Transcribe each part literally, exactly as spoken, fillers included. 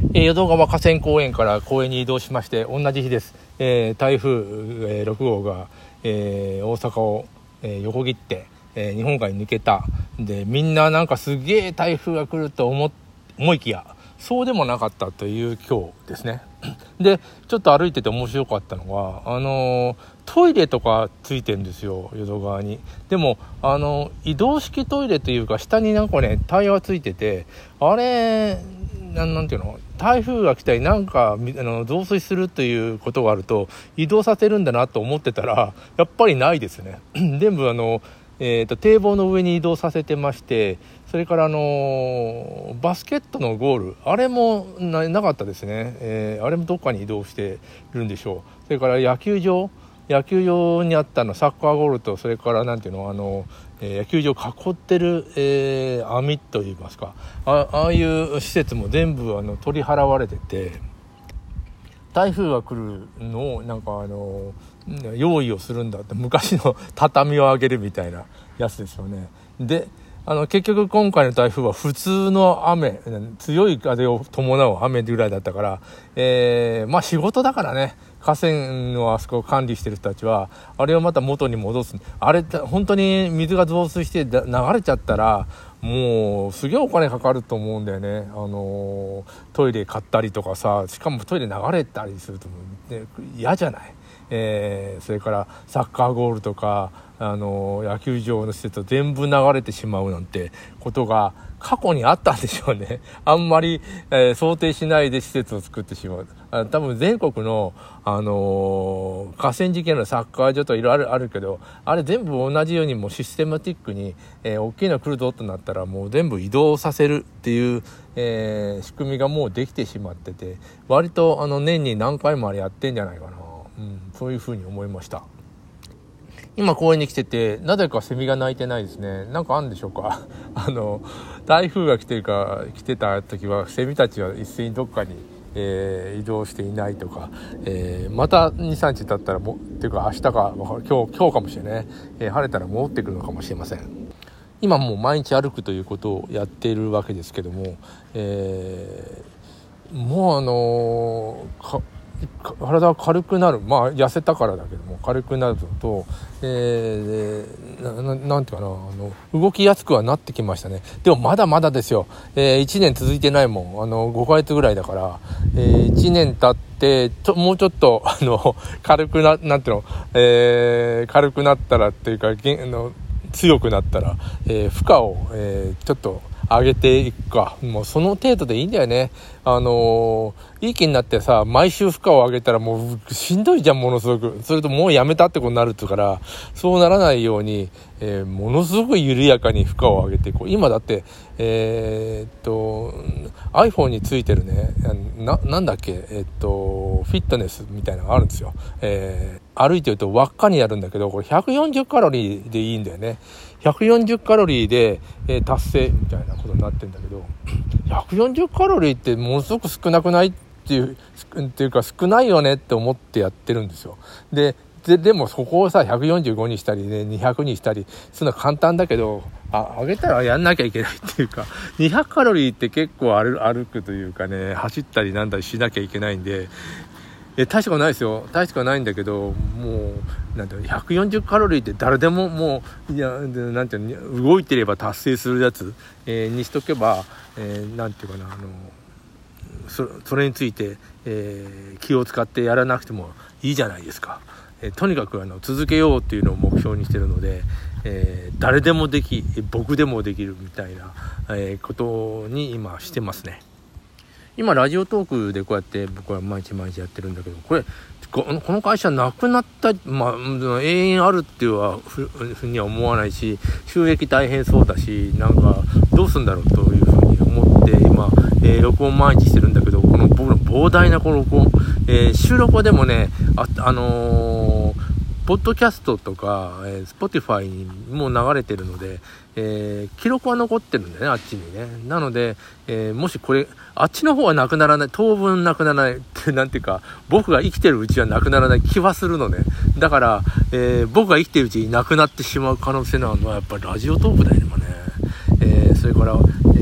えー、淀川河川公園から公園に移動しまして、同じ日です、えー、台風、えー、ろく号が、えー、大阪を、えー、横切って、えー、日本海に抜けた。で、みんななんかすげえ台風が来ると思、思いきやそうでもなかったという今日ですね。で、ちょっと歩いてて面白かったのは、あのー、トイレとかついてるんですよ、淀川に。でも、あのー、移動式トイレというか、下になんかね、タイヤがついてて、あれ、な, なんていうの台風が来たりなんかあの増水するということがあると移動させるんだなと思ってたら、やっぱりないですね。全部あの、えー、と堤防の上に移動させてまして、それからあのバスケットのゴール、あれも な, なかったですね、えー、あれもどっかに移動してるんでしょう。それから野球場野球場にあったのサッカーゴールと、それからなんていうのあの、えー、野球場を囲ってる、えー、網といいますか、 あ, ああいう施設も全部あの取り払われてて、台風が来るのをなんかあの用意をするんだって、昔の畳を上げるみたいなやつですよね。で、あの結局今回の台風は普通の雨、強い風を伴う雨ぐらいだったから、えー、まあ仕事だからね、河川のあそこを管理してる人たちはあれをまた元に戻す。あれ本当に水が増水して流れちゃったらもうすげえお金かかると思うんだよね。あのトイレ買ったりとかさ、しかもトイレ流れたりすると嫌じゃない。えー、それからサッカーゴールとかあの野球場の施設を全部流れてしまうなんてことが過去にあったんでしょうね。あんまり、えー、想定しないで施設を作ってしまう。あ多分全国の、あのー、河川事件のサッカー場といろいろあるけど、あれ全部同じようにもうシステマティックに、えー、大きいの来るぞとなったらもう全部移動させるっていう、えー、仕組みがもうできてしまってて、割とあの年に何回もあれやってんじゃないかな、うん、そういうふうに思いました。今公園に来てて、なぜかセミが鳴いてないですね。なんかあるんでしょうか。あの台風が来てるか来てた時はセミたちは一斉にどっかに、えー、移動していないとか、えー、また にさんにち経ったらもっていうか明日か今日今日かもしれない、えー、晴れたら戻ってくるのかもしれません。今もう毎日歩くということをやっているわけですけども、えー、もうあのー、か体が軽くなる、まあ痩せたからだけども軽くなるのと、えー、な, な, なんていうかなあの動きやすくはなってきましたね。でもまだまだですよ、えー、いちねん続いてないもん。あのごかげつぐらいだから、えー、いちねん経ってちょもうちょっとあの軽くななんていうの、えー、軽くなったらっていうかあの強くなったら、えー、負荷を、えー、ちょっと上げていくか、もうその程度でいいんだよね。あのー、いい気になってさ、毎週負荷を上げたらもうしんどいじゃん、ものすごく。それともうやめたってことになるってから、そうならないように、えー、ものすごく緩やかに負荷を上げていこう。今だって、えー、っと、iPhone についてるね、な、なんだっけ、えー、っと、フィットネスみたいなのがあるんですよ。えー、歩いてると輪っかになるんだけど、これひゃくよんじゅうカロリーでいいんだよね。ひゃくよんじゅうカロリーで、えー、達成みたいなことになってるんだけど、ひゃくよんじゅうカロリーってものすごく少なくないっていう、っていうか少ないよねって思ってやってるんですよ。で、で, でもそこをさひゃくよんじゅうごにしたりねにひゃくにしたりするのは簡単だけど、あ上げたらやんなきゃいけないっていうか、にひゃくカロリーって結構歩, 歩くというかね、走ったりなんだりしなきゃいけないんで、え大したことないですよ。大したことないんだけど、もうなんていうのひゃくよんじゅうカロリーって誰でももういやなんていうの動いてれば達成するやつ、えー、にしとけば、えー、なんていうかなあの そ, それについて、えー、気を使ってやらなくてもいいじゃないですか。えー、とにかくあの続けようっていうのを目標にしてるので、えー、誰でもでき僕でもできるみたいな、えー、ことに今してますね。今ラジオトークでこうやって僕は毎日毎日やってるんだけど、これこの会社なくなった、まあ、永遠あるっていうはふふには思わないし、収益大変そうだし、なんかどうするんだろうというふうに思って今、えー、録音毎日してるんだけど、この僕の膨大なこの録音、えー、収録はでもね、あ、あのーポッドキャストとか、えー、Spotify にも流れてるので、えー、記録は残ってるんだよね、あっちにね。なので、えー、もしこれあっちの方はなくならない、当分なくならないってなんていうか、僕が生きてるうちはなくならない気はするのね。だから、えー、僕が生きてるうちになくなってしまう可能性なのはやっぱりラジオトークだよね、今ね。えー、それから、えー、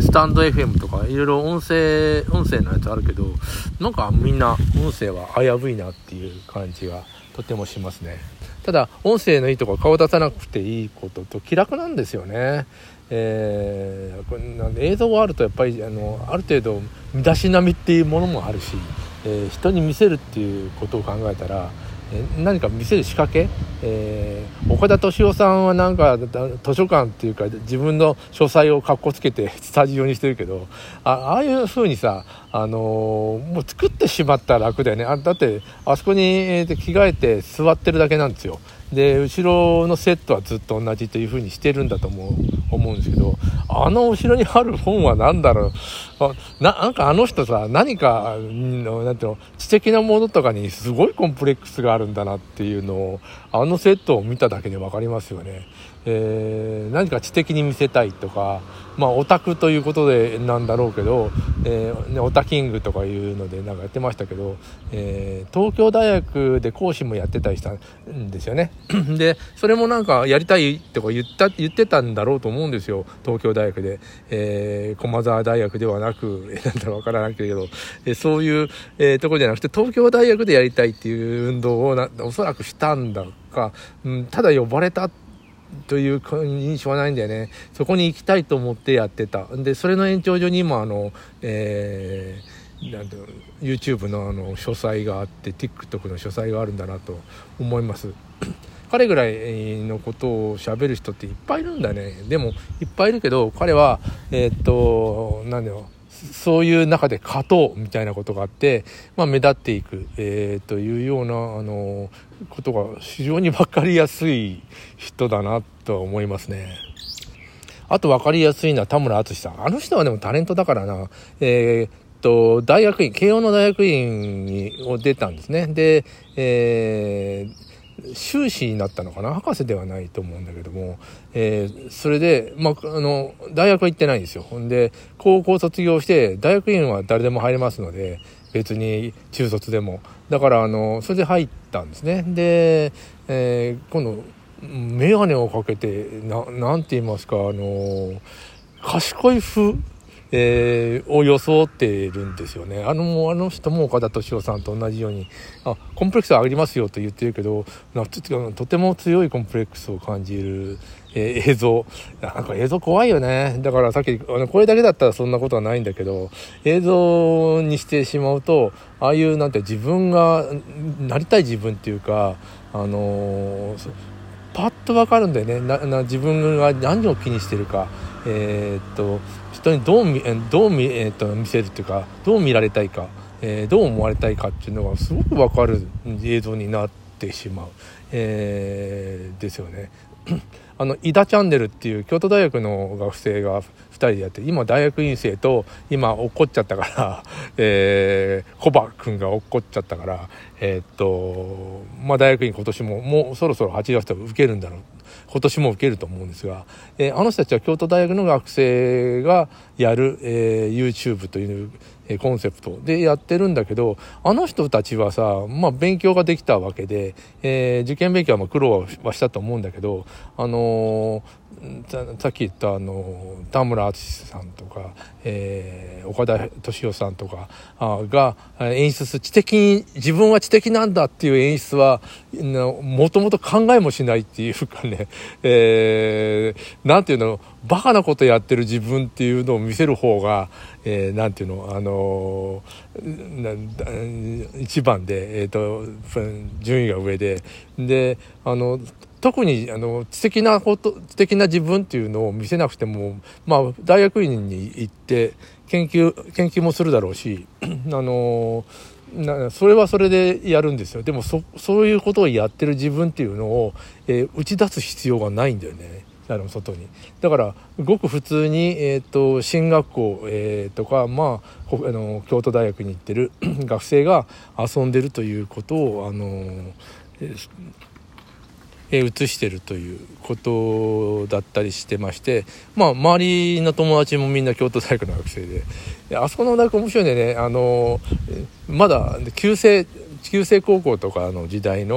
スタンド エフエム とかいろいろ音声音声のやつあるけど、なんかみんな音声は危ういなっていう感じがとてもしますね。ただ音声のいいところ顔出さなくていいことと気楽なんですよね。えー、これなんで映像があるとやっぱりあのある程度身だしなみっていうものもあるし、えー、人に見せるっていうことを考えたら、えー、何か見せる仕掛け、えー、岡田敏夫さんはなんか図書館っていうか自分の書斎をかっこつけてスタジオにしてるけど、 あ, ああいう風にさ、あのー、もう作ってしまったら楽だよね。あだってあそこに、えー、着替えて座ってるだけなんですよ。で後ろのセットはずっと同じという風にしてるんだと思う思うんですけど、あの後ろにある本は何だろう。あ な, なんかあの人さ、何かのなんていうの知的なものとかにすごいコンプレックスがあるんだなっていうのをあのセットを見ただけで分かりますよね。えー、何か知的に見せたいとか、まあオタクということでなんだろうけど、えーね、オタキングとかいうのでなんかやってましたけど、えー、東京大学で講師もやってたりしたんですよね。でそれもなんかやりたいとか言った言ってたんだろうと思うんですよ、東京大学で。えー、駒澤大学ではなく、えー、なんだろう分からないけど、えー、そういう、えー、ところじゃなくて東京大学でやりたいっていう運動をなおそらくしたんだか、うん、ただ呼ばれたという印象はないんだよね。そこに行きたいと思ってやってた。でそれの延長上に今あの、えー、なんていうの YouTube の, あの書斎があって TikTok の書斎があるんだなと思います。彼ぐらいのことを喋る人っていっぱいいるんだね。でもいっぱいいるけど彼はえー、っとなんだよそういう中で勝とうみたいなことがあって、まあ、目立っていく、えー、というようなあのことが非常に分かりやすい人だなと思いますね。あと分かりやすいのは田村淳さん。あの人はでもタレントだからな。えーと大学院慶応の大学院にを出たんですね。で、えー修士になったのかな、博士ではないと思うんだけども、えー、それで、まあ、あの大学は行ってないんですよ。ほんで高校卒業して大学院は誰でも入れますので、別に中卒でもだからあのそれで入ったんですね。で、えー、今度眼鏡をかけて な, なんて言いますか、あの賢い風えー、を装っているんですよね。あのあの人も岡田敏夫さんと同じようにあコンプレックスはありますよと言ってるけど、とても強いコンプレックスを感じる、えー、映像なんか映像怖いよね。だからさっきあのこれだけだったらそんなことはないんだけど、映像にしてしまうとああいうなんて自分がなりたい自分っていうか、あのー、パッと分かるんだよね。なな自分が何を気にしてるか、えー、っと人にどう見、どう見、えー、と見せるっていうか、どう見られたいか、えー、どう思われたいかっていうのがすごく分かる映像になってしまう、えー、ですよね。あの井田チャンネルっていう京都大学の学生がふたりでやって、今大学院生と今落っこっちゃったから、えー、コバ君が落っこっちゃったから、えー、っとまあ大学院今年ももうそろそろはちがつと受けるんだろう、今年も受けると思うんですが、えー、あの人たちは京都大学の学生がやる、えー、YouTube という、えー、コンセプトでやってるんだけど、あの人たちはさ、まあ、勉強ができたわけで、えー、受験勉強はまあ苦労はしたと思うんだけど、あのー、さっき言ったあの田村淳さんとか、えー、岡田敏夫さんとかが演出する知的に自分は知的なんだっていう演出はもともと考えもしないっていうかね、えー、なんていうのバカなことやってる自分っていうのを見せる方が、えー、なんていうのあのー、一番で、えーと、順位が上でであの特にあの知的なこと知的な自分っていうのを見せなくても、まあ、大学院に行って研究研究もするだろうし、あのなそれはそれでやるんですよ。でも そ, そういうことをやってる自分っていうのを、えー、打ち出す必要がないんだよね、あの外に。だからごく普通に、えー、と進学校、えー、とか、まあ、あの京都大学に行ってる学生が遊んでるということをあの、えーえー、映してるということだったりしてまして、まあ、周りの友達もみんな京都大学の学生で、であそこの大学面白いんでね、あのまだ旧制旧制高校とかの時代の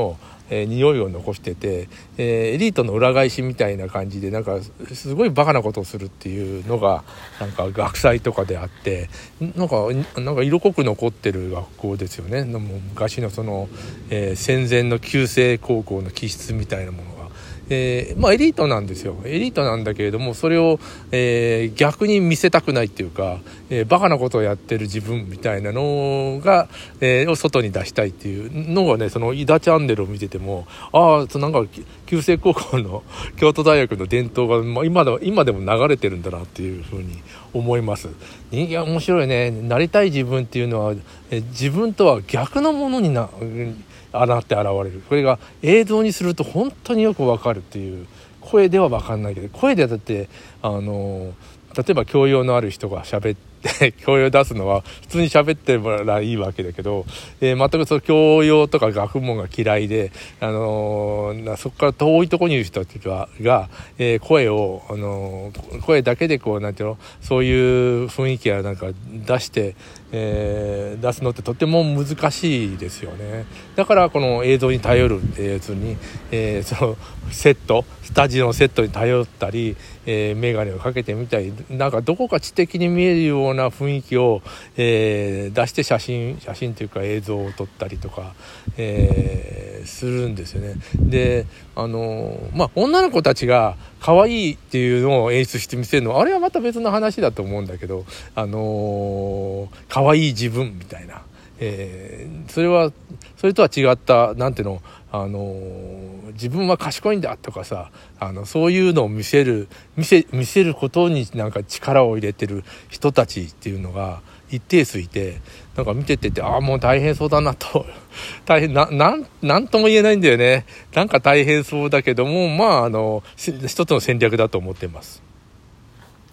えー、匂いを残してて、えー、エリートの裏返しみたいな感じでなんかすごいバカなことをするっていうのがなんか学祭とかであって、なんかなんか色濃く残ってる学校ですよね。もう昔のその、えー、戦前の旧制高校の気質みたいなものが、えー、まあエリートなんですよ。エリートなんだけれども、それを、えー、逆に見せたくないっていうか、えー、バカなことをやってる自分みたいなのが、えー、を外に出したいっていうのがね、そのイダチャンネルを見てても、ああ、なんか旧制高校の京都大学の伝統が、まあ、今でも今でも流れてるんだなっていうふうに思います。いや面白いね。なりたい自分っていうのは、えー、自分とは逆のものになあなって現れる。これが映像にすると本当によくわかるっていう。声ではわかんないけど、声でだってあの例えば教養のある人が喋って教養出すのは普通に喋ってもらいいわけだけど、えー、全くその教養とか学問が嫌いで、あのー、そこから遠いところにいる人たちが、がえー、声を、あのー、声だけでこうなんていうの、そういう雰囲気やなんか出して、えー、出すのってとても難しいですよね。だからこの映像に頼るっていうやつに、えー、そのセットスタジオのセットに頼ったり、えー、メガネをかけてみたり、なんかどこか知的に見えるような雰囲気を、えー、出して写真写真というか映像を撮ったりとか、えー、するんですよね。で、あのー、まあ女の子たちが可愛いっていうのを演出して見せるのはあれはまた別の話だと思うんだけど、あのー、可愛い自分みたいな、えー、それはそれとは違ったなんていうの、あのー、自分は賢いんだとかさ、あのそういうのを見せる見せ見せることになんか力を入れてる人たちっていうのが一定数いて、なんか見ててて、ああもう大変そうだなと大変ななんなんとも言えないんだよね。なんか大変そうだけども、まああの一つの戦略だと思ってます。